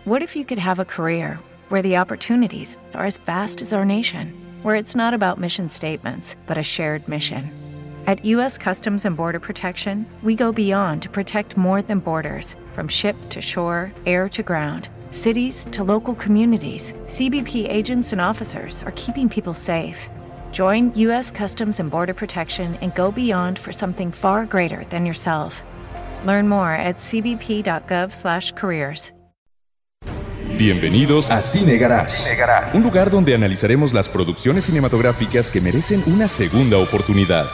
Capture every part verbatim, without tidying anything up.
What if you could have a career where the opportunities are as vast as our nation, where it's not about mission statements, but a shared mission? At U S Customs and Border Protection, we go beyond to protect more than borders. From ship to shore, air to ground, cities to local communities, C B P agents and officers are keeping people safe. Join U S Customs and Border Protection and go beyond for something far greater than yourself. Learn more at c b p dot gov slash careers. Bienvenidos a Cine Garage, un lugar donde analizaremos las producciones cinematográficas que merecen una segunda oportunidad.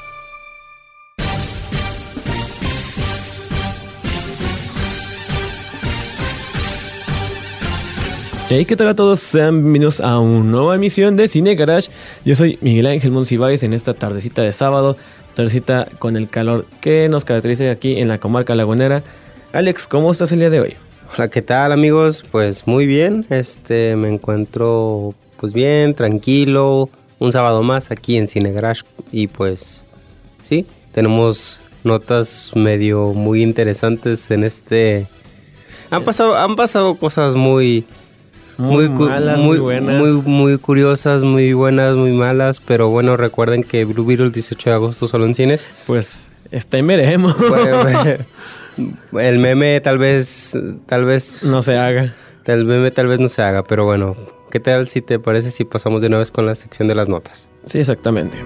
Hey, ¿qué tal a todos? Sean bienvenidos a una nueva emisión de Cine Garage. Yo soy Miguel Ángel Monsiváis en esta tardecita de sábado, tardecita con el calor que nos caracteriza aquí en la comarca lagunera. Alex, ¿cómo estás el día de hoy? Hola, ¿qué tal, amigos? Pues muy bien, este, me encuentro pues bien, tranquilo, un sábado más aquí en Cine Garage y pues sí, tenemos notas medio muy interesantes en este... Han pasado, han pasado cosas muy... Muy, muy malas, muy, muy buenas. Muy, muy curiosas, muy buenas, muy malas, pero bueno, recuerden que Blue Beetle dieciocho de agosto solo en cines. Pues está en veremos. Pues, el meme tal vez, tal vez... No se haga. El meme tal vez no se haga, pero bueno, ¿qué tal si te parece si pasamos de una vez con la sección de las notas? Sí, exactamente.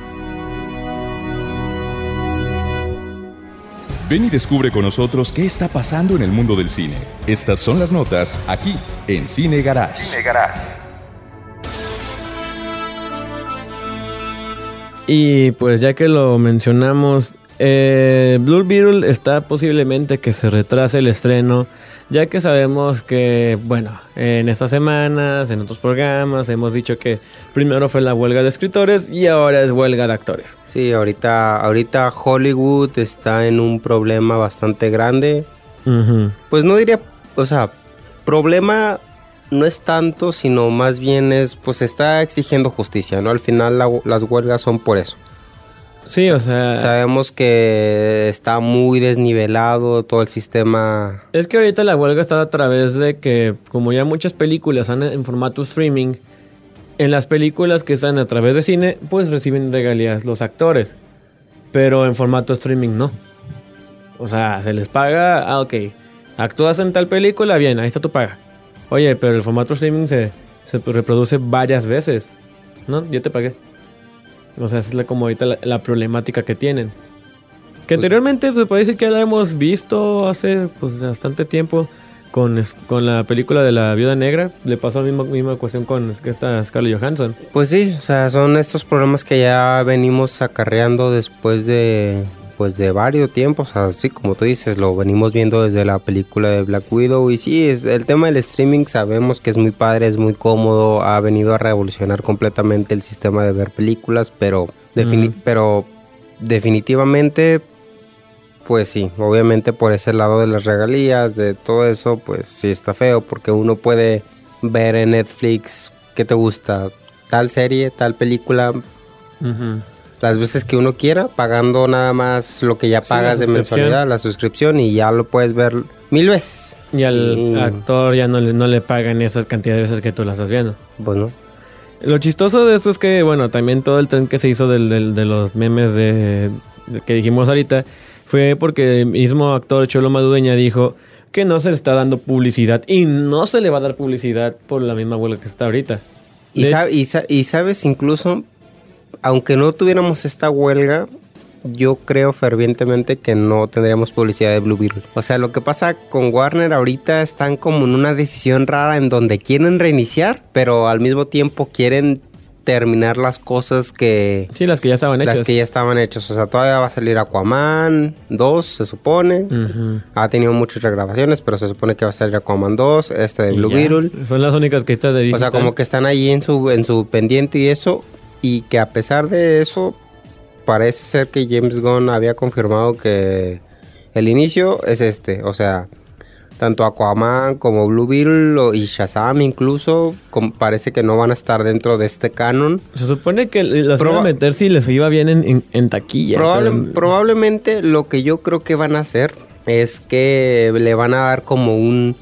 Ven y descubre con nosotros qué está pasando en el mundo del cine. Estas son las notas aquí en Cine Garage. Cine Garage. Y pues ya que lo mencionamos, eh, Blue Beetle está posiblemente que se retrase el estreno, ya que sabemos que, bueno, en estas semanas, en otros programas, hemos dicho que primero fue la huelga de escritores y ahora es huelga de actores. Sí, ahorita, ahorita Hollywood está en un problema bastante grande. Uh-huh. Pues no diría, o sea, problema no es tanto, sino más bien es, pues está exigiendo justicia, ¿no? Al final la, las huelgas son por eso. Sí, o sea... Sabemos que está muy desnivelado todo el sistema. Es que ahorita la huelga está a través de que, como ya muchas películas están en formato streaming, en las películas que están a través de cine, pues reciben regalías los actores. Pero en formato streaming no. O sea, se les paga, ah, ok, actúas en tal película, bien, ahí está tu paga. Oye, pero el formato streaming se, se reproduce varias veces. No, yo te pagué. O sea, esa es la, como ahorita la, la problemática que tienen. Que anteriormente se puede decir que ya la hemos visto hace pues bastante tiempo con, con la película de la Viuda Negra. Le pasó la misma, misma cuestión con esta Scarlett Johansson. Pues sí, o sea, son estos problemas que ya venimos acarreando después de... Pues de varios tiempos, así como tú dices, lo venimos viendo desde la película de Black Widow. Y sí, es, el tema del streaming sabemos que es muy padre, es muy cómodo, ha venido a revolucionar completamente el sistema de ver películas, pero, defini- mm. pero definitivamente, pues sí, obviamente por ese lado de las regalías, de todo eso, pues sí está feo, porque uno puede ver en Netflix qué te gusta, tal serie, tal película... Uh-huh. Las veces que uno quiera, pagando nada más lo que ya pagas sí, de mensualidad, la suscripción, y ya lo puedes ver mil veces. Y al y... actor ya no le, no le pagan esas cantidades de veces que tú las estás viendo. Pues no. Lo chistoso de esto es que, bueno, también todo el tren que se hizo del, del, de los memes de, de que dijimos ahorita fue porque el mismo actor Cholo Madueña dijo que no se le está dando publicidad y no se le va a dar publicidad por la misma huelga que está ahorita. Y, de... sab- y, sa- y sabes, incluso... Aunque no tuviéramos esta huelga, yo creo fervientemente que no tendríamos publicidad de Blue Beetle. O sea, lo que pasa con Warner ahorita están como en una decisión rara en donde quieren reiniciar, pero al mismo tiempo quieren terminar las cosas que... Sí, las que ya estaban hechas. Las que ya estaban hechas. O sea, todavía va a salir Aquaman dos, se supone. Uh-huh. Ha tenido muchas regrabaciones, pero se supone que va a salir Aquaman dos, este de Blue Beetle. Son las únicas que estás de Disney. O sea, están... como que están ahí en su, en su pendiente y eso... Y que a pesar de eso, parece ser que James Gunn había confirmado que el inicio es este. O sea, tanto Aquaman como Blue Beetle y Shazam incluso, parece que no van a estar dentro de este canon. Se supone que las Proba- iban a meter si les iba bien en, en, en taquilla. Probable, pero... Probablemente lo que yo creo que van a hacer es que le van a dar como un...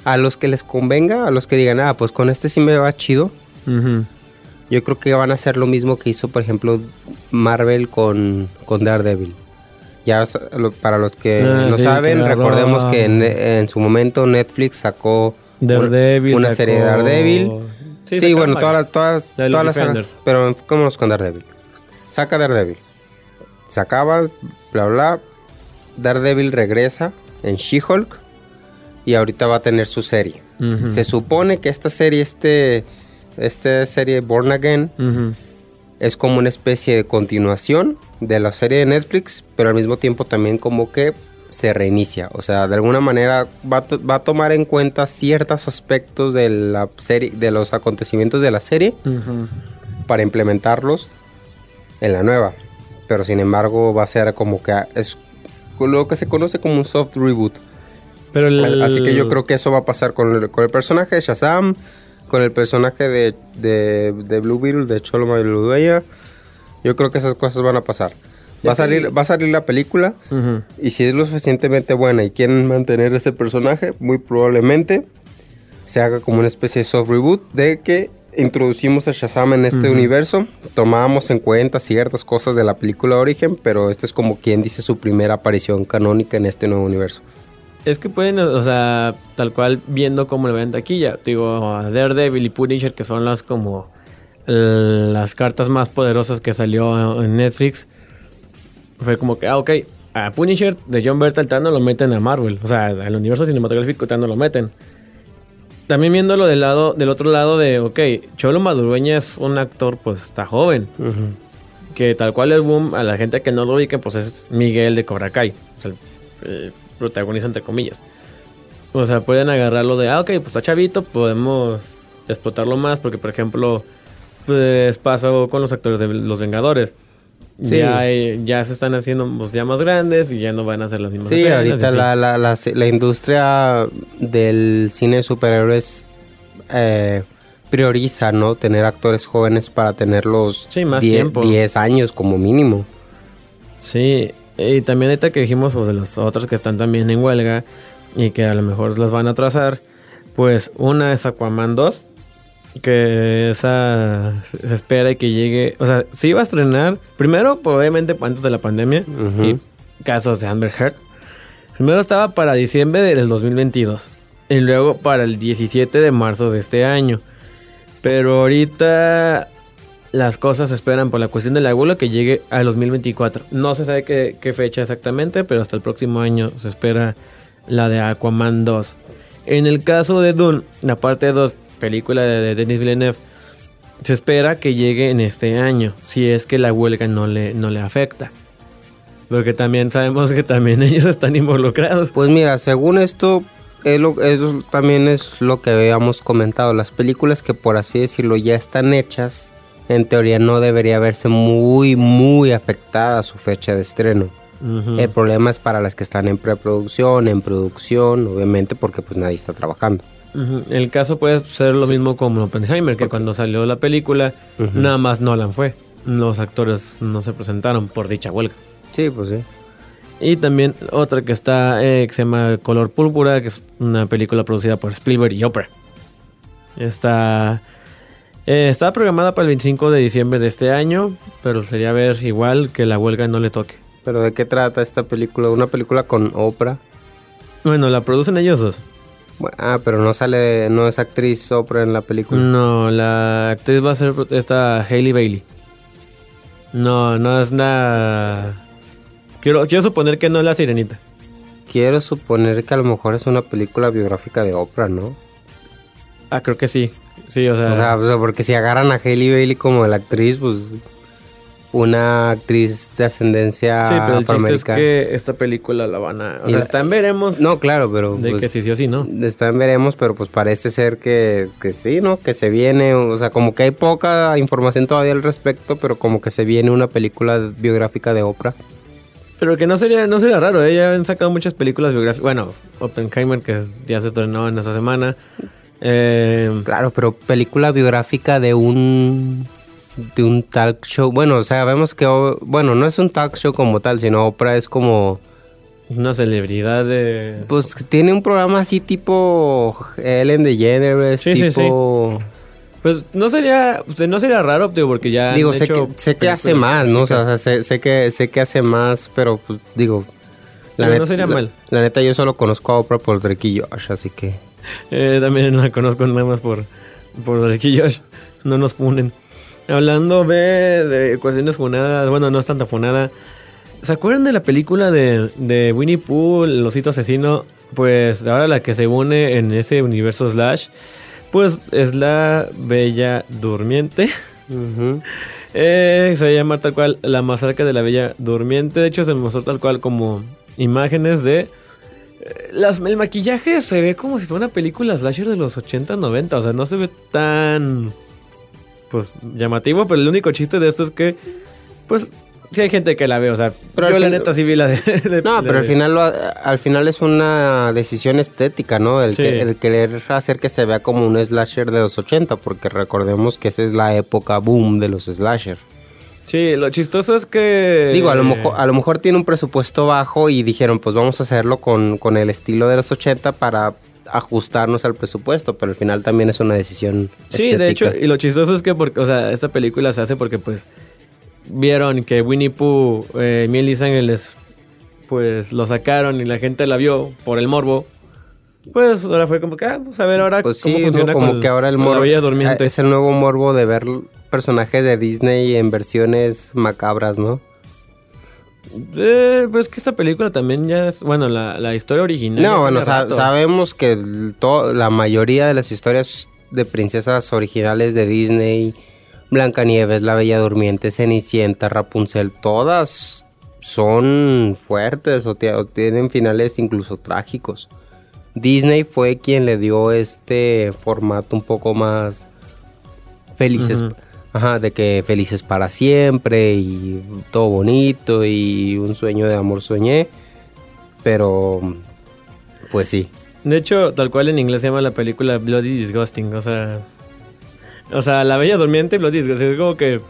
a los que les convenga, a los que digan, ah, pues con este sí me va chido. Uh-huh. Yo creo que van a hacer lo mismo que hizo, por ejemplo, Marvel con, con Daredevil. Ya para los que ah, no sí, saben, que recordemos que en, en su momento Netflix sacó Daredevil, una sacó... serie de Daredevil. Sí, sí bueno, todas las, todas, de todas las sagas, pero enfocémonos con Daredevil. Saca Daredevil. Se acaba, bla, bla. Daredevil regresa en She-Hulk y ahorita va a tener su serie. Uh-huh. Se supone que esta serie, este, esta serie Born Again, uh-huh. es como una especie de continuación de la serie de Netflix, pero al mismo tiempo también como que se reinicia. O sea, de alguna manera va a, to- va a tomar en cuenta ciertos aspectos de la serie, de los acontecimientos de la serie, uh-huh. para implementarlos en la nueva. Pero sin embargo va a ser como que es lo que se conoce como un soft reboot. Pero el... Así que yo creo que eso va a pasar con el, con el personaje de Shazam, con el personaje de, de, de Blue Beetle, de Cholo Maludueña. Yo creo que esas cosas van a pasar. Va a salir, va a salir la película, uh-huh. y si es lo suficientemente buena y quieren mantener ese personaje, muy probablemente se haga como una especie de soft reboot de que introducimos a Shazam en este uh-huh. universo, tomábamos en cuenta ciertas cosas de la película de origen, pero este es como quien dice su primera aparición canónica en este nuevo universo. Es que pueden, o sea, tal cual viendo cómo le ven taquilla, digo, a Daredevil y Punisher, que son las como las cartas más poderosas que salió en Netflix, fue como que, ah, ok, a Punisher de John Bernthal no lo meten a Marvel, o sea, al universo cinematográfico no lo meten. También viéndolo del lado, del otro lado de, ok, Cholo Madureña es un actor, pues, está joven. Uh-huh. Que tal cual el boom, a la gente que no lo ubique, pues es Miguel de Cobra Kai. O sea, el, el protagonista entre comillas. O sea, pueden agarrarlo de, ah, ok, pues está chavito, podemos explotarlo más. Porque, por ejemplo, pues pasó con los actores de Los Vengadores. Sí. Ya, ya se están haciendo pues, ya más grandes y ya no van a hacer las mismas sí, escenas. Sí, ahorita la, la, la, la industria del cine de superhéroes eh, prioriza, ¿no? Tener actores jóvenes para tenerlos sí, más tiempo. diez años como mínimo. Sí, y también ahorita que dijimos pues, de las otras que están también en huelga y que a lo mejor las van a atrasar, pues una es Aquaman dos. Que esa se espera y que llegue. O sea, se iba a estrenar primero, obviamente, antes de la pandemia. Uh-huh. Y casos de Amber Heard. Primero estaba para diciembre del dos mil veintidós. Y luego para el diecisiete de marzo de este año. Pero ahorita las cosas se esperan por la cuestión de la gula que llegue al dos mil veinticuatro. No se sabe qué, qué fecha exactamente, pero hasta el próximo año se espera la de Aquaman dos. En el caso de Dune, la parte dos, película de, de Denis Villeneuve, se espera que llegue en este año, si es que la huelga no le, no le afecta. Porque también sabemos que también ellos están involucrados. Pues mira, según esto, es lo, eso también es lo que habíamos comentado. Las películas que por así decirlo ya están hechas, en teoría no debería verse muy, muy afectada su fecha de estreno. Uh-huh. El problema es para las que están en preproducción, en producción, obviamente, porque pues nadie está trabajando. Uh-huh. El caso puede ser lo sí. mismo como Oppenheimer, que cuando salió la película, uh-huh. nada más Nolan fue. Los actores no se presentaron por dicha huelga. Sí, pues sí. Y también otra que está, eh, que se llama Color Púrpura, que es una película producida por Spielberg y Oprah. Está, eh, está programada para el veinticinco de diciembre de este año, pero sería ver igual que la huelga no le toque. ¿Pero de qué trata esta película? ¿Una película con Oprah? Bueno, la producen ellos dos. Ah, pero no sale, no es actriz Oprah en la película. No, la actriz va a ser esta Hailey Bailey. No, no es nada. Quiero, quiero suponer que no es la Sirenita. Quiero suponer que a lo mejor es una película biográfica de Oprah, ¿no? Ah, creo que sí. Sí, o sea. O sea, o sea porque si agarran a Hailey Bailey como la actriz, pues. Una actriz de ascendencia sí, pero el chiste es que esta película la van a... O sea, está en veremos. No, claro, pero... De pues, que sí, sí o sí, ¿no? Está en veremos, pero pues parece ser que, que sí, ¿no? Que se viene... O sea, como que hay poca información todavía al respecto, pero como que se viene una película biográfica de Oprah. Pero que no sería no sería raro, ¿eh? Ya han sacado muchas películas biográficas. Bueno, Oppenheimer, que ya se estrenó en esa semana. Eh... Claro, pero película biográfica de un... de un talk show. Bueno, o sea, vemos que... Bueno, no es un talk show como tal, sino Oprah es como Una celebridad de... Pues tiene un programa así tipo Ellen DeGeneres, sí, tipo... Sí, sí. Pues no sería, no sería raro, tío, porque ya digo, han sé hecho que sé que hace más, ¿no? O sea, o sea, sé, sé que sé que hace más, pero pues digo, la pero neta, no sería la, mal. La neta yo solo conozco a Oprah por Drake y Josh, así que eh, también la conozco nada más por por Drake y Josh. No nos funen. Hablando de, de cuestiones funadas, bueno, no es tanta funada. ¿Se acuerdan de la película de, de Winnie Pooh, el osito asesino? Pues ahora la que se une en ese universo Slash, pues es la Bella Durmiente. uh-huh. eh, se llama tal cual La Masacre de la Bella Durmiente. De hecho se mostró tal cual como imágenes de... Eh, las, el maquillaje se ve como si fuera una película slasher de los ochenta, noventa. O sea, no se ve tan... pues llamativo, pero el único chiste de esto es que... pues... sí hay gente que la ve, o sea, pero yo la fin... neta sí vi la de... de no, la pero de... al final lo, al final es una decisión estética, ¿no? El, sí. que, el querer hacer que se vea como un slasher de los ochenta, porque recordemos que esa es la época boom de los slasher. Sí, lo chistoso es que... digo, a lo mejor, a lo mejor tiene un presupuesto bajo y dijeron, pues vamos a hacerlo con, con el estilo de los ochenta para ajustarnos al presupuesto, pero al final también es una decisión sí, estética. de hecho, y lo chistoso es que, porque, o sea, esta película se hace porque, pues... vieron que Winnie Pooh, eh, Miel y Ángeles, pues lo sacaron y la gente la vio por el morbo. Pues ahora fue como que, ah, vamos a ver ahora pues cómo sí, funciona ¿no? Como con, que ahora el con morbo la Bella Durmiente. es el nuevo morbo de ver personajes de Disney en versiones macabras, ¿no? Eh, pues que esta película también ya es, bueno, la, la historia original. No, bueno, sa- sabemos que to- la mayoría de las historias de princesas originales de Disney, Blancanieves, La Bella Durmiente, Cenicienta, Rapunzel, todas son fuertes o, t- o tienen finales incluso trágicos. Disney fue quien le dio este formato un poco más felices, uh-huh. Ajá, de que felices para siempre y todo bonito y un sueño de amor soñé, pero pues sí. De hecho, tal cual en inglés se llama la película Bloody Disgusting, o sea... O sea, La Bella Durmiente y Bloody Disgusting, es como que...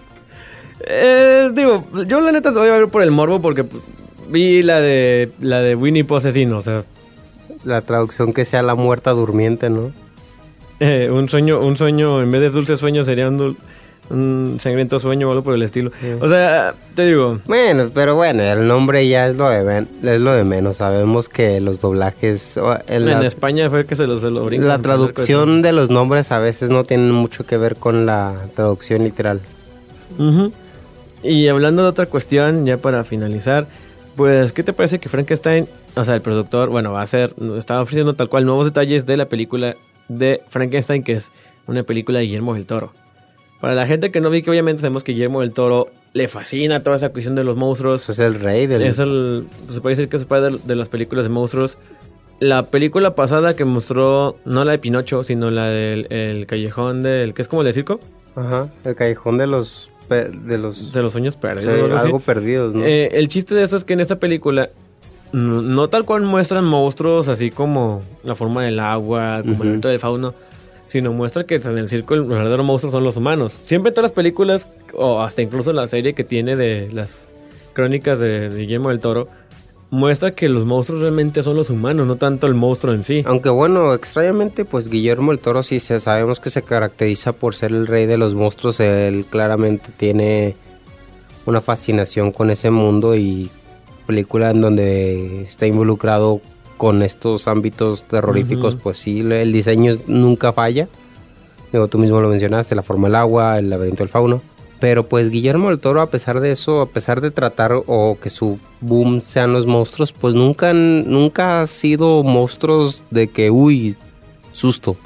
Eh, digo, yo la neta voy a ver por el morbo porque vi la de la de Winnie Pooh asesino, o sea... La traducción que sea La Muerta Durmiente, ¿no? Eh, un sueño, un sueño, en vez de dulce sueño sería un, dul- un sangriento sueño o algo por el estilo. Sí. O sea, te digo... Bueno, pero bueno, el nombre ya es lo de, ven- es lo de menos. Sabemos que los doblajes... En, en la, España fue que se lo, se lo brincan. La traducción de los nombres a veces no tienen mucho que ver con la traducción literal. Uh-huh. Y hablando de otra cuestión, ya para finalizar... Pues, ¿qué te parece que Frankenstein, o sea, el productor, bueno, va a hacer, está ofreciendo tal cual nuevos detalles de la película de Frankenstein, que es una película de Guillermo del Toro? Para la gente que no vi, que obviamente sabemos que Guillermo del Toro le fascina toda esa cuestión de los monstruos. Es el rey del... Es el, se puede decir que es el padre de, de las películas de monstruos. La película pasada que mostró, no la de Pinocho, sino la del el callejón del, que es como el de circo. Ajá, el callejón de los... de los de los sueños perdidos, sí, algo, algo perdidos, ¿no? Eh, el chiste de eso es que en esta película no, no tal cual muestran monstruos así como la forma del agua, como uh-huh. el elemento del fauno, sino muestra que en el circo el verdadero monstruo son los humanos. Siempre en todas las películas, o hasta incluso la serie que tiene de las crónicas de, de Guillermo del Toro, muestra que los monstruos realmente son los humanos, no tanto el monstruo en sí. Aunque bueno, extrañamente, pues Guillermo del Toro sí se, sabemos que se caracteriza por ser el rey de los monstruos. Él claramente tiene una fascinación con ese mundo y película en donde está involucrado con estos ámbitos terroríficos, uh-huh. pues sí, el diseño nunca falla. Digo, tú mismo lo mencionaste, la forma del agua, el laberinto del fauno. Pero pues Guillermo del Toro, a pesar de eso, a pesar de tratar o que su boom sean los monstruos, pues nunca, nunca ha sido monstruos de que, uy, susto.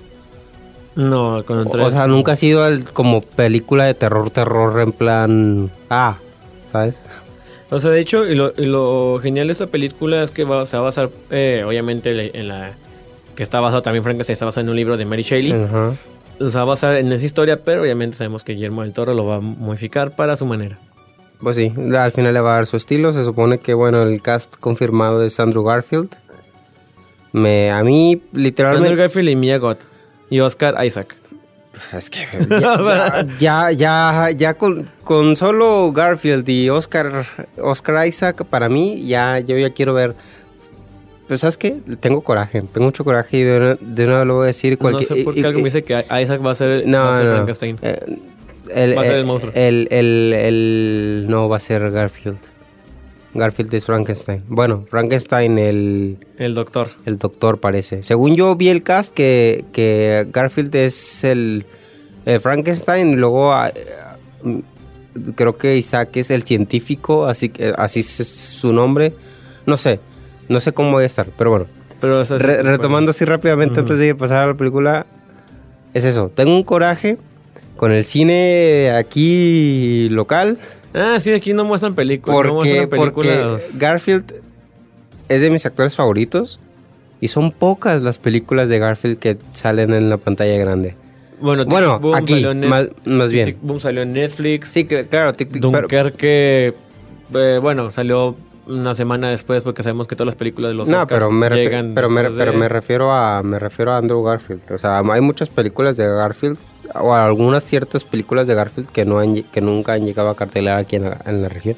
No, al contrario. O sea, nunca ha sido el, como película de terror, terror en plan, ah, ¿sabes? O sea, de hecho, y lo, y lo genial de esta película es que va, se va a basar, eh, obviamente, en la... que está basado también, Frankenstein está basado en un libro de Mary Shelley. Ajá. Uh-huh. O sea, va a basar en esa historia, pero obviamente sabemos que Guillermo del Toro lo va a modificar para su manera. Pues sí, al final le va a dar su estilo. Se supone que, bueno, el cast confirmado es Andrew Garfield. Me, a mí, literalmente... Andrew Garfield y Mia Goth. Y Oscar Isaac. Es que ya, ya, ya, ya con, con solo Garfield y Oscar, Oscar Isaac, para mí, ya yo ya quiero ver. Pero ¿sabes qué? Tengo coraje, tengo mucho coraje y de una, de una lo voy a decir. Cualquier, no sé por qué y, algo y, me dice que Isaac va a ser, no, va a ser no, Frankenstein. Eh, el, va a ser el, el monstruo. El, el, el, no, va a ser Garfield. Garfield es Frankenstein. Bueno, Frankenstein, el... El doctor. El doctor parece. Según yo vi el cast, que, que Garfield es el, el Frankenstein. Y luego uh, creo que Isaac es el científico. Así, así es su nombre. No sé. No sé cómo voy a estar, pero bueno. Pero, o sea, Re, sí, retomando así rápidamente, uh-huh. antes de pasar a la película. Es eso. Tengo un coraje con el cine aquí local. Ah, sí, aquí no muestran películas. Porque, no muestran películas. Porque Garfield es de mis actores favoritos. Y son pocas las películas de Garfield que salen en la pantalla grande. Bueno, bueno Boom aquí, más, más bien. Tic, Boom salió en Netflix. Sí, claro. Tic, tic, Dunkerque, pero... eh, bueno, salió una semana después porque sabemos que todas las películas de los no, Oscars pero me llegan pero me, de... pero me refiero a me refiero a Andrew Garfield. O sea, hay muchas películas de Garfield o algunas ciertas películas de Garfield que no han, que nunca han llegado a cartelera aquí en la, en la región.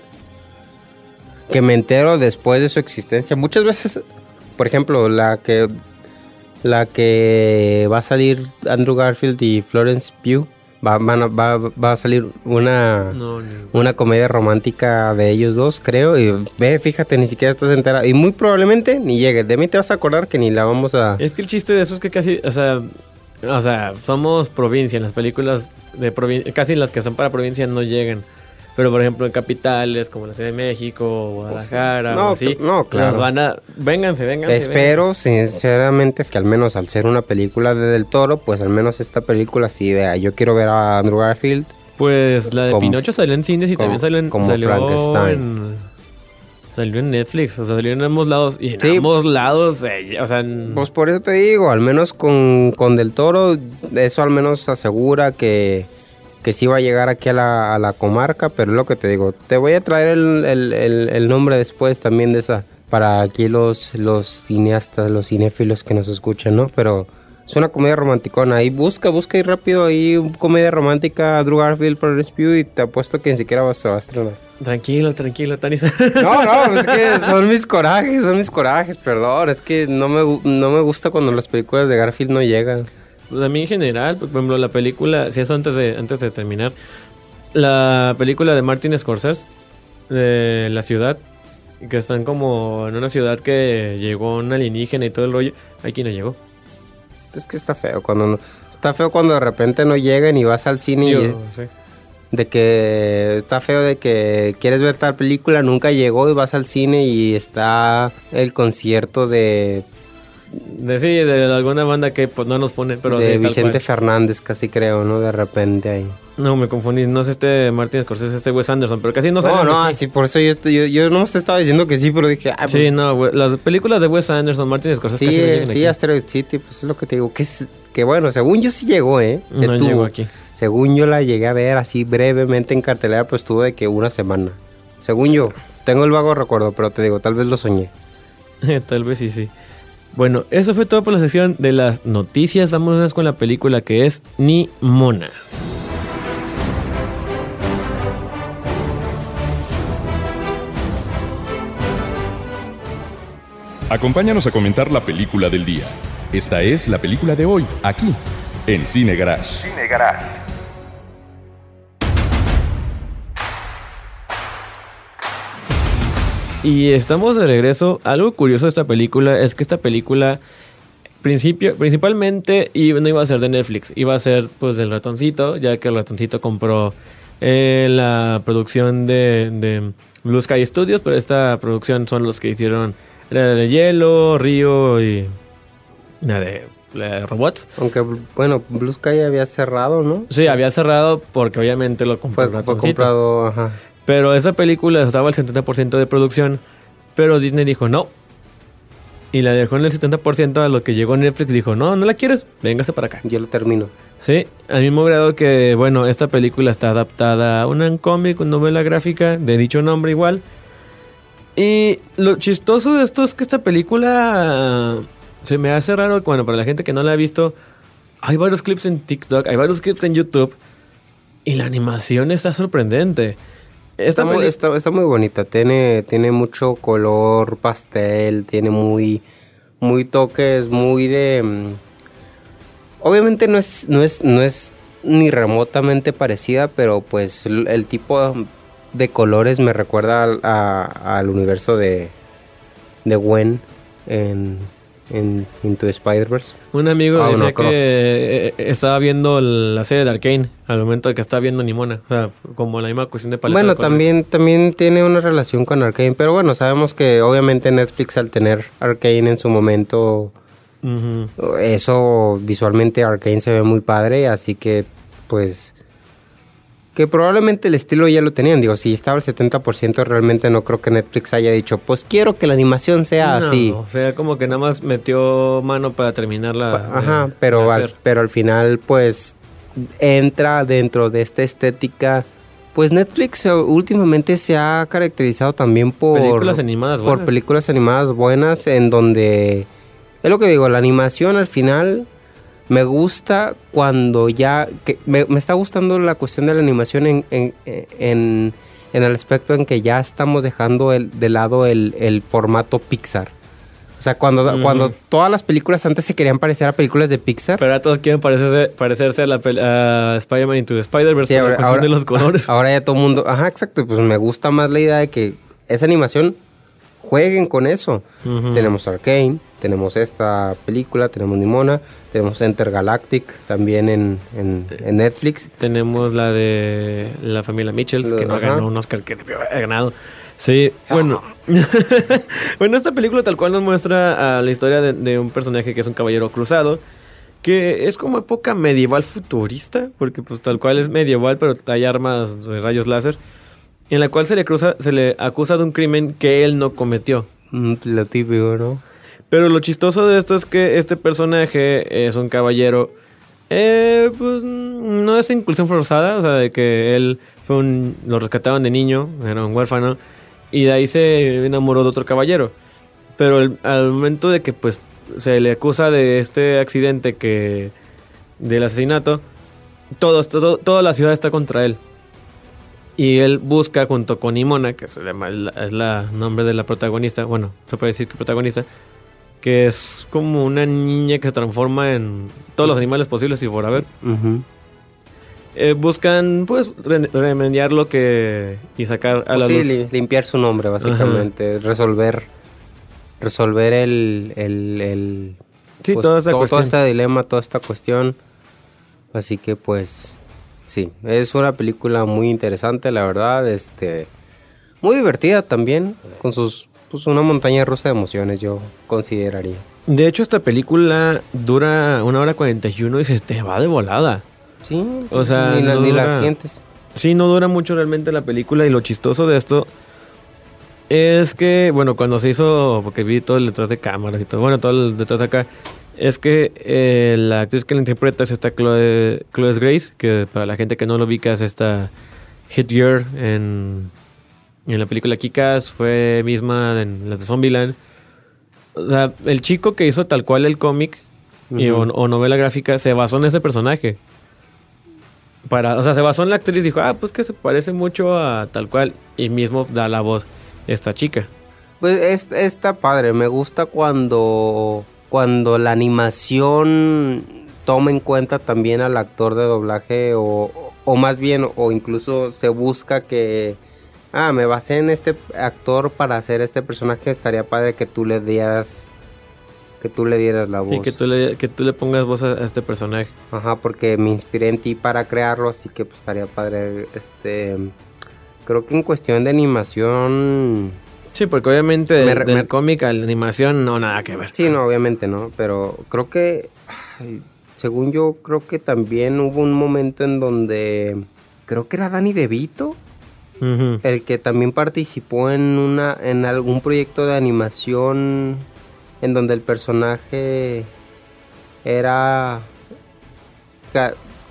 Que me entero después de su existencia. Muchas veces, por ejemplo, la que la que va a salir Andrew Garfield y Florence Pugh, va, van a, va, va a salir una no, no. una comedia romántica de ellos dos, creo. Y ve, fíjate, ni siquiera estás enterado. Y muy probablemente ni llegue. De mí te vas a acordar que ni la vamos a... Es que el chiste de eso es que casi, o sea... O sea, somos provincia, en las películas de provincia, casi las que son para provincia no llegan. Pero por ejemplo en capitales como la Ciudad de México, Guadalajara, no, o así, no, claro. Las van a, vénganse, vénganse. Espero vénganse. sinceramente que al menos al ser una película de Del Toro, pues al menos esta película sí vea. Yo quiero ver a Andrew Garfield. Pues la de como, Pinocho salió en cines y como, también salió en, como salió Frankenstein. En, salió en Netflix, o sea, salió en ambos lados. Y en sí, ambos lados, eh, o sea... En... Pues por eso te digo, al menos con, con Del Toro, eso al menos asegura que, que sí va a llegar aquí a la, a la comarca, pero es lo que te digo. Te voy a traer el, el, el, el nombre después también de esa, para aquí los, los cineastas, los cinéfilos que nos escuchan, ¿no? Pero... es una comedia romanticona. Ahí busca, busca ahí rápido ahí una comedia romántica, Drew Garfield, Florence Pugh, y te apuesto que ni siquiera se va a estrenar. Tranquilo, tranquilo, Tanis. No, no, es que son mis corajes, son mis corajes, perdón. Es que no me, no me gusta cuando las películas de Garfield no llegan. Pues a mí en general, por ejemplo, la película, si eso antes de, antes de terminar, la película de Martin Scorsese, de La Ciudad, que están como en una ciudad que llegó un alienígena y todo el rollo, aquí no llegó. Es que está feo cuando no, está feo cuando de repente no llegan y vas al cine. Yo, y sí. De que está feo de que quieres ver tal película, nunca llegó y vas al cine y está el concierto de de sí, de alguna banda que pues no nos ponen, pero de sí, Vicente Fernández, casi creo, ¿no? De repente ahí. No, me confundí, no es este Martin Scorsese, es este Wes Anderson, pero casi no sale. No, no, aquí. Sí, por eso yo, yo, yo no te estaba diciendo que sí, pero dije, ah, pues, sí, no, we, las películas de Wes Anderson, Martin Scorsese sí, casi no llegan sí, aquí. Asteroid City, pues es lo que te digo, que es, que bueno, según yo sí llegó, ¿eh? No estuvo llegó aquí. Según yo la llegué a ver así brevemente en cartelera, pues estuvo de que una semana. Según yo, tengo el vago recuerdo, pero te digo, tal vez lo soñé. Tal vez sí, sí. Bueno, eso fue todo por la sección de las noticias. Vámonos con la película que es Ni Mona. Acompáñanos a comentar la película del día. Esta es la película de hoy, aquí, en Cine Garage. Cine Garage. Y estamos de regreso. Algo curioso de esta película es que esta película principio, principalmente y no iba a ser de Netflix, iba a ser pues del Ratoncito, ya que el Ratoncito compró eh, la producción de, de Blue Sky Studios, pero esta producción son los que hicieron la de Hielo, Río y la de, la de robots. Aunque bueno, Blue Sky había cerrado, ¿no? Sí, había cerrado porque obviamente lo compró fue, el Ratoncito. Fue comprado, ajá. Pero esa película estaba al setenta por ciento de producción, pero Disney dijo no. Y la dejó en el setenta por ciento a lo que llegó Netflix. Dijo, no, no la quieres, véngase para acá. Yo lo termino. Sí, al mismo grado que, bueno, esta película está adaptada a una cómic, una novela gráfica de dicho nombre igual. Y lo chistoso de esto es que esta película se me hace raro, bueno, para la gente que no la ha visto, hay varios clips en TikTok, hay varios clips en YouTube y la animación está sorprendente. Está, muy, está, está muy bonita, tiene, tiene mucho color pastel, tiene muy, muy toques, muy de... Um, obviamente no es, no es, no es ni remotamente parecida, pero pues el, el tipo de colores me recuerda al, a, al universo de, de Gwen en, en Into the Spider-Verse. Un amigo ah, decía no, que estaba viendo la serie de Arcane al momento de que estaba viendo Nimona. O sea, como la misma cuestión de paleta. Bueno, de colores. también, también tiene una relación con Arcane, pero bueno, sabemos que obviamente Netflix al tener Arcane en su momento, uh-huh. eso visualmente Arcane se ve muy padre, así que pues... que probablemente el estilo ya lo tenían. Digo, si estaba al setenta por ciento, realmente no creo que Netflix haya dicho, pues quiero que la animación sea no, así. O sea, como que nada más metió mano para terminarla. Ajá, de, pero, de al, pero al final, pues, entra dentro de esta estética. Pues Netflix últimamente se ha caracterizado también por... películas animadas buenas. Por películas animadas buenas, en donde... es lo que digo, la animación al final... me gusta cuando ya... que me, me está gustando la cuestión de la animación en, en, en, en el aspecto en que ya estamos dejando el, de lado el, el formato Pixar. O sea, cuando, uh-huh. cuando todas las películas antes se querían parecer a películas de Pixar. Pero ahora todos quieren parecerse, parecerse a, la, a Spider-Man Into the Spider-Verse sí, por ahora, la cuestión ahora, de los colores. Ahora ya todo el mundo... Ajá, exacto. Pues me gusta más la idea de que esa animación... jueguen con eso. Uh-huh. Tenemos Arcane, tenemos esta película, tenemos Nimona, tenemos Intergalactic también en, en, en Netflix. Tenemos la de la familia Mitchells, que no ganó un Oscar, que debió haber ganado. Sí, bueno. Bueno, esta película tal cual nos muestra uh, la historia de, de un personaje que es un caballero cruzado, que es como época medieval futurista, porque pues tal cual es medieval, pero hay armas de rayos láser. En la cual se le cruza, se le acusa de un crimen que él no cometió. Mm, lo típico, ¿no? Pero lo chistoso de esto es que este personaje es un caballero. Eh, pues no es inclusión forzada, o sea, de que él fue un, lo rescataban de niño, era un huérfano, y de ahí se enamoró de otro caballero. Pero el, al momento de que pues se le acusa de este accidente que del asesinato, todo, todo, toda la ciudad está contra él. Y él busca junto con Nimona, que es el es la nombre de la protagonista, bueno, se puede decir que protagonista, que es como una niña que se transforma en todos los animales posibles y por haber. Uh-huh. Eh, buscan, pues, re- remediar lo que... y sacar a la sí, luz. Li- limpiar su nombre, básicamente. Uh-huh. Resolver... Resolver el... el, el sí, pues, toda esa todo, cuestión. todo este dilema, toda esta cuestión. Así que, pues... sí, es una película muy interesante, la verdad, este, muy divertida también, con sus, pues una montaña rusa de emociones, yo consideraría. De hecho, esta película dura una hora cuarenta y uno y se te va de volada. Sí, o sea, ni, la, no ni dura, la sientes. Sí, no dura mucho realmente la película y lo chistoso de esto es que, bueno, cuando se hizo, porque vi todo el detrás de cámaras y todo, bueno, todo el detrás de acá, es que eh, la actriz que la interpreta es esta Chloe, Chloe Grace, que para la gente que no lo ubica es esta Hit Girl en, en la película Kick-Ass, fue misma en la de Zombieland. O sea, el chico que hizo tal cual el cómic uh-huh. y, o, o novela gráfica se basó en ese personaje. Para, o sea, se basó en la actriz y dijo, ah, pues que se parece mucho a tal cual, y mismo da la voz esta chica. Pues es, está padre, me gusta cuando... cuando la animación toma en cuenta también al actor de doblaje o, o más bien o incluso se busca que ah me basé en este actor para hacer este personaje, estaría padre que tú le dieras que tú le dieras la voz y que tú le, que tú le pongas voz a, a este personaje. Ajá, porque me inspiré en ti para crearlo, así que pues estaría padre. Este, creo que en cuestión de animación... sí, porque obviamente me, del, del me, cómic a la animación no nada que ver. Sí, no, obviamente no, pero creo que, ay, según yo, creo que también hubo un momento en donde, creo que era Danny DeVito, uh-huh. el que también participó en una, en algún proyecto de animación en donde el personaje era,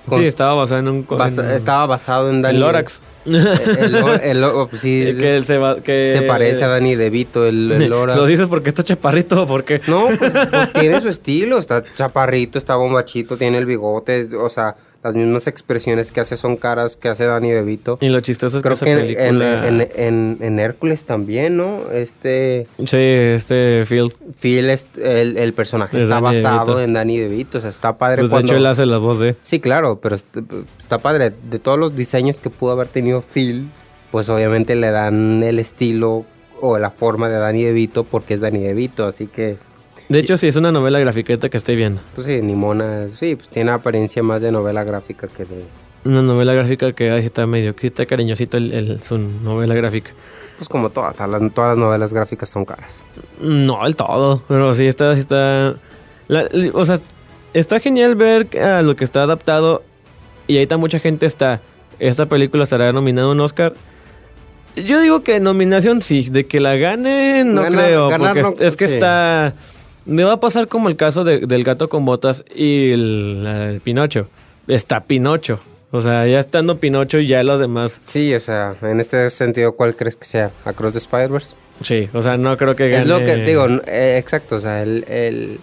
Con, sí, estaba basado en un... basa, en, estaba basado en Danny... El Lorax. El, el, el, el, pues sí, que él se, va, que se parece a Danny DeVito, el, el Lorax. ¿Lo dices porque está chaparrito o por qué? No, pues, pues tiene su estilo. Está chaparrito, está bombachito, tiene el bigote, es, o sea... Las mismas expresiones que hace son caras que hace Danny DeVito. Y lo chistoso es Creo que, que esa en, película... en, en, en, en Hércules también, ¿no? Este... Sí, este Phil. Phil, es, el, el personaje es está Danny basado DeVito. en Danny DeVito. O sea, está padre Pues cuando... de hecho, él hace la voz de... Sí, claro, pero está, está padre. De todos los diseños que pudo haber tenido Phil, pues obviamente le dan el estilo o la forma de Danny DeVito porque es Danny DeVito, así que... De hecho, sí, es una novela grafiqueta que estoy viendo. Pues sí, Nimona, sí, pues tiene apariencia más de novela gráfica que de... Una novela gráfica que ay, está medio... Que está cariñosito el, el, su novela gráfica. Pues como todas, todas las, todas las novelas gráficas son caras. No, el todo. Pero sí está... Sí está la, o sea, está genial ver a lo que está adaptado. Y ahorita mucha gente está... Esta película estará nominada a un Oscar. Yo digo que nominación sí. De que la gane, no Ganar, creo. ganar, porque no, es, es que sí. está... Me va a pasar como el caso de, del Gato con Botas y el, el Pinocho. Está Pinocho. O sea, ya estando Pinocho y ya los demás... Sí, o sea, en este sentido, ¿cuál crees que sea? ¿Across the Spider-Verse? Sí, o sea, no creo que gane... Es lo que digo, eh, exacto, o sea, el, el,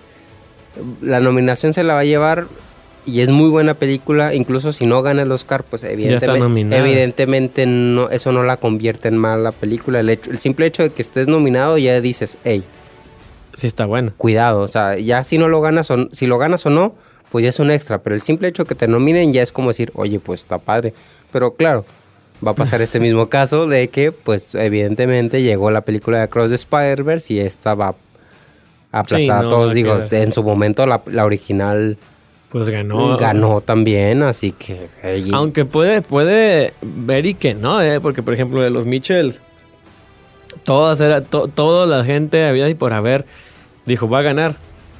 la nominación se la va a llevar y es muy buena película, incluso si no gana el Oscar, pues evidentemente, nominada. evidentemente no, eso no la convierte en mala película. El, hecho, el simple hecho de que estés nominado ya dices, hey, Sí está bueno. cuidado, o sea, ya si no lo ganas o si lo ganas o no, pues ya es un extra, pero el simple hecho que te nominen ya es como decir, oye, pues está padre. Pero claro, va a pasar este mismo caso de que, pues evidentemente llegó la película de Across the Spider-Verse y esta va a aplastar Sí, a no, todos. va a Digo, quedar. en su momento la, la original Pues ganó. ganó también, así que... hey, Aunque puede, puede ver y que no, ¿eh? Porque, por ejemplo, de los Mitchell, todas era, to, toda la gente había y por haber dijo, va a ganar.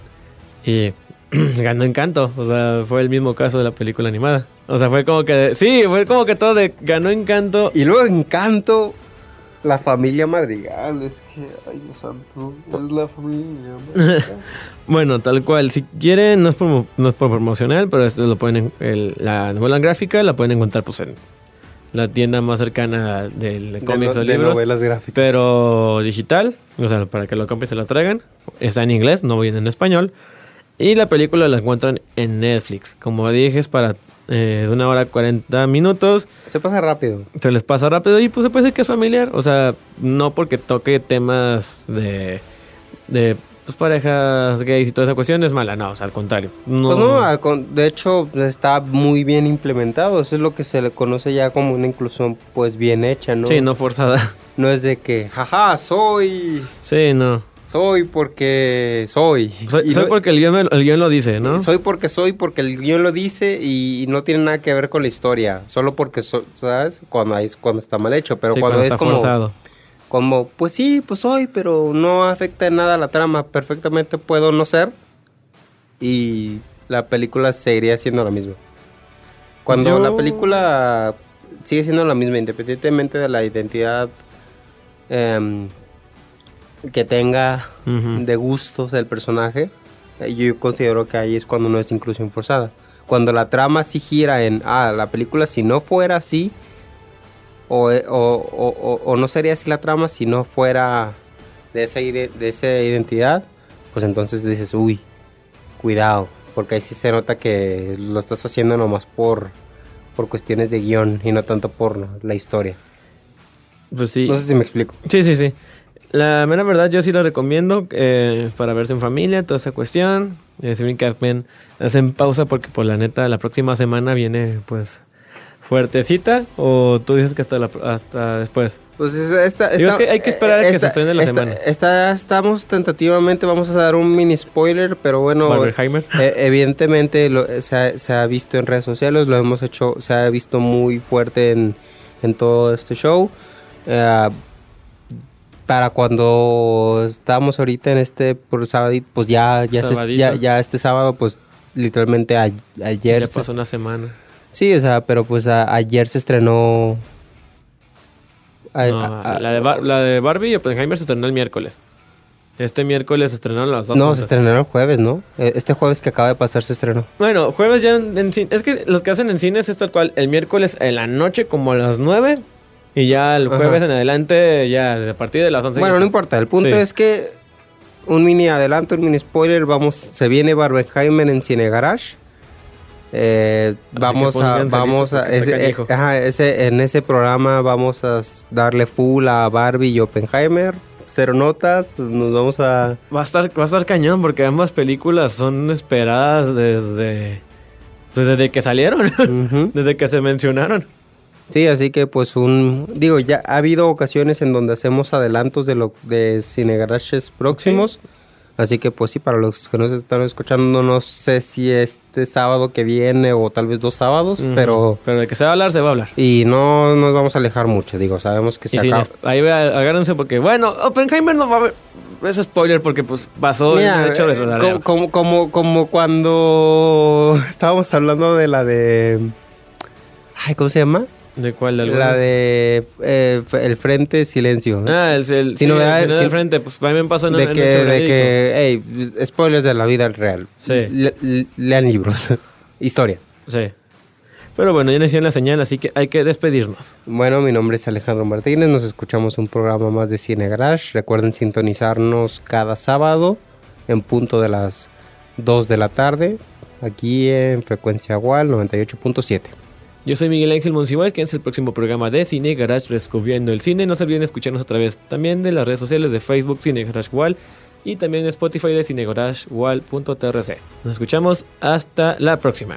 Y ganó Encanto. O sea, fue el mismo caso de la película animada. O sea, fue como que... Sí, fue como que todo de ganó Encanto. Y luego Encanto, la familia Madrigal, es que... Ay, Dios santo, es la familia Madrigal. Bueno, tal cual. Si quieren, no es, promo, no es por promocional, pero esto lo pueden en, el, la novela gráfica la pueden encontrar pues en la tienda más cercana del De cómics no- o de libros. novelas gráficas. Pero digital, o sea, para que lo compren y se lo traigan. Está en inglés, no viene en español. Y la película la encuentran en Netflix. Como dije, es para eh, de una hora cuarenta minutos. Se pasa rápido. Se les pasa rápido y pues se puede decir que es familiar. O sea, no porque toque temas de, de pues, parejas gays y toda esa cuestión es mala. No, o sea, al contrario. No, Pues no, al con- de hecho está muy bien implementado. Eso es lo que se le conoce ya como una inclusión pues bien hecha, ¿no? Sí, no forzada. No es de que, jaja, soy, Sí, no. soy porque soy. Soy, Y soy no- porque el guión, me- el guión lo dice, ¿no? Soy porque soy, porque el guión lo dice y no tiene nada que ver con la historia. Solo porque, so- ¿sabes? Cuando, hay, cuando está mal hecho. Pero Sí, cuando, es está como, forzado. como, pues sí, pues soy, pero no afecta en nada a la trama. Perfectamente puedo no ser. Y la película seguiría siendo la misma. Cuando Yo- la película sigue siendo la misma, independientemente de la identidad em, que tenga Ujú. de gustos del personaje, eh, yo considero que ahí es cuando no es inclusión forzada. Cuando la trama sí gira en, ah, la película si no fuera así, o, eh, o, o, o- o no sería así la trama si no fuera de esa, ide- de esa identidad, pues entonces dices, uy, cuidado, porque ahí sí se nota que lo estás haciendo nomás por, por cuestiones de guión y no tanto por la historia. Pues sí. No sé si me explico. Sí, sí, sí. La mera verdad, yo sí la recomiendo eh, para verse en familia, toda esa cuestión. Eh, si ven que ven, hacen pausa porque, por la neta, la próxima semana viene, pues, fuertecita. ¿O tú dices que hasta, la, hasta después? Pues es- esta, Digo, esta- es que hay que esperar a que esta- se estrene la esta- semana. esta- estamos tentativamente, vamos a dar un mini spoiler, pero bueno, Barbenheimer. eh, evidentemente lo- se, ha, se ha visto en redes sociales, lo hemos hecho, se ha visto muy fuerte en, en todo este show. Eh, para cuando estamos ahorita en este por sábado, pues ya ya, se- Sabadito. ya ya este sábado, pues literalmente a- ayer Ya se- pasó una semana. sí, o sea, pero pues a- ayer se estrenó a- No, a- a- la, de Bar- la de Barbie y Oppenheimer se estrenó el miércoles. Este miércoles se estrenaron las dos. No, juntas. se estrenó el jueves, ¿no? Este jueves que acaba de pasar se estrenó. Bueno, jueves ya en, en cine. Es que los que hacen en cines es tal cual. El miércoles en la noche como a las nueve. Y ya el jueves Ajá. en adelante, ya a partir de las once. Bueno, no importa. El punto sí. es que un mini adelanto, un mini spoiler. Vamos, se viene Barbenheimer en Cine Garage. Eh, vamos a, vamos a, ese, eh, ajá, ese, en ese programa vamos a darle full a Barbie y Oppenheimer. Cero notas, nos vamos a... Va a estar, va a estar cañón porque ambas películas son esperadas desde... Pues desde que salieron, uh-huh. desde que se mencionaron. Sí, así que pues un... Digo, ya ha habido ocasiones en donde hacemos adelantos de lo de Cine Garages próximos. Sí. Así que pues sí, para los que nos están escuchando, no sé si este sábado que viene o tal vez dos sábados, uh-huh. pero... Pero de que se va a hablar, se va a hablar. Y no nos vamos a alejar mucho, digo, sabemos que se acaba... Ahí agárrense porque, bueno, Oppenheimer no va a haber... Es spoiler porque pues pasó Mira, el hecho de rodar. Como, como, como cuando estábamos hablando de la de... Ay, ¿cómo se llama? ¿De cuál? ¿De la de eh, El Frente Silencio. Ah, el, el, si sí, novedad, el si, del Frente, pues también pasó en de el que, de que, hey, spoilers de la vida real. Sí. Le, le, lean libros. Historia. Sí. Pero bueno, ya nos hicieron la señal, así que hay que despedirnos. Bueno, mi nombre es Alejandro Martínez. Nos escuchamos un programa más de Cine Garage. Recuerden sintonizarnos cada sábado en punto de las dos de la tarde. Aquí en Frecuencia Gual noventa y ocho punto siete. Yo soy Miguel Ángel Monsiváis, que es el próximo programa de Cine Garage Descubriendo el Cine. No se olviden escucharnos a través también de las redes sociales de Facebook Cine Garage Wall y también en Spotify de Cine Garage Wall punto t r c. Nos escuchamos hasta la próxima.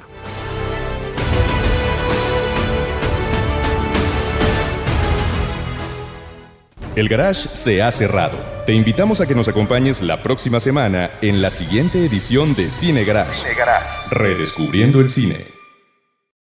El Garage se ha cerrado. Te invitamos a que nos acompañes la próxima semana en la siguiente edición de Cine Garage. Cine Garage. Redescubriendo el cine.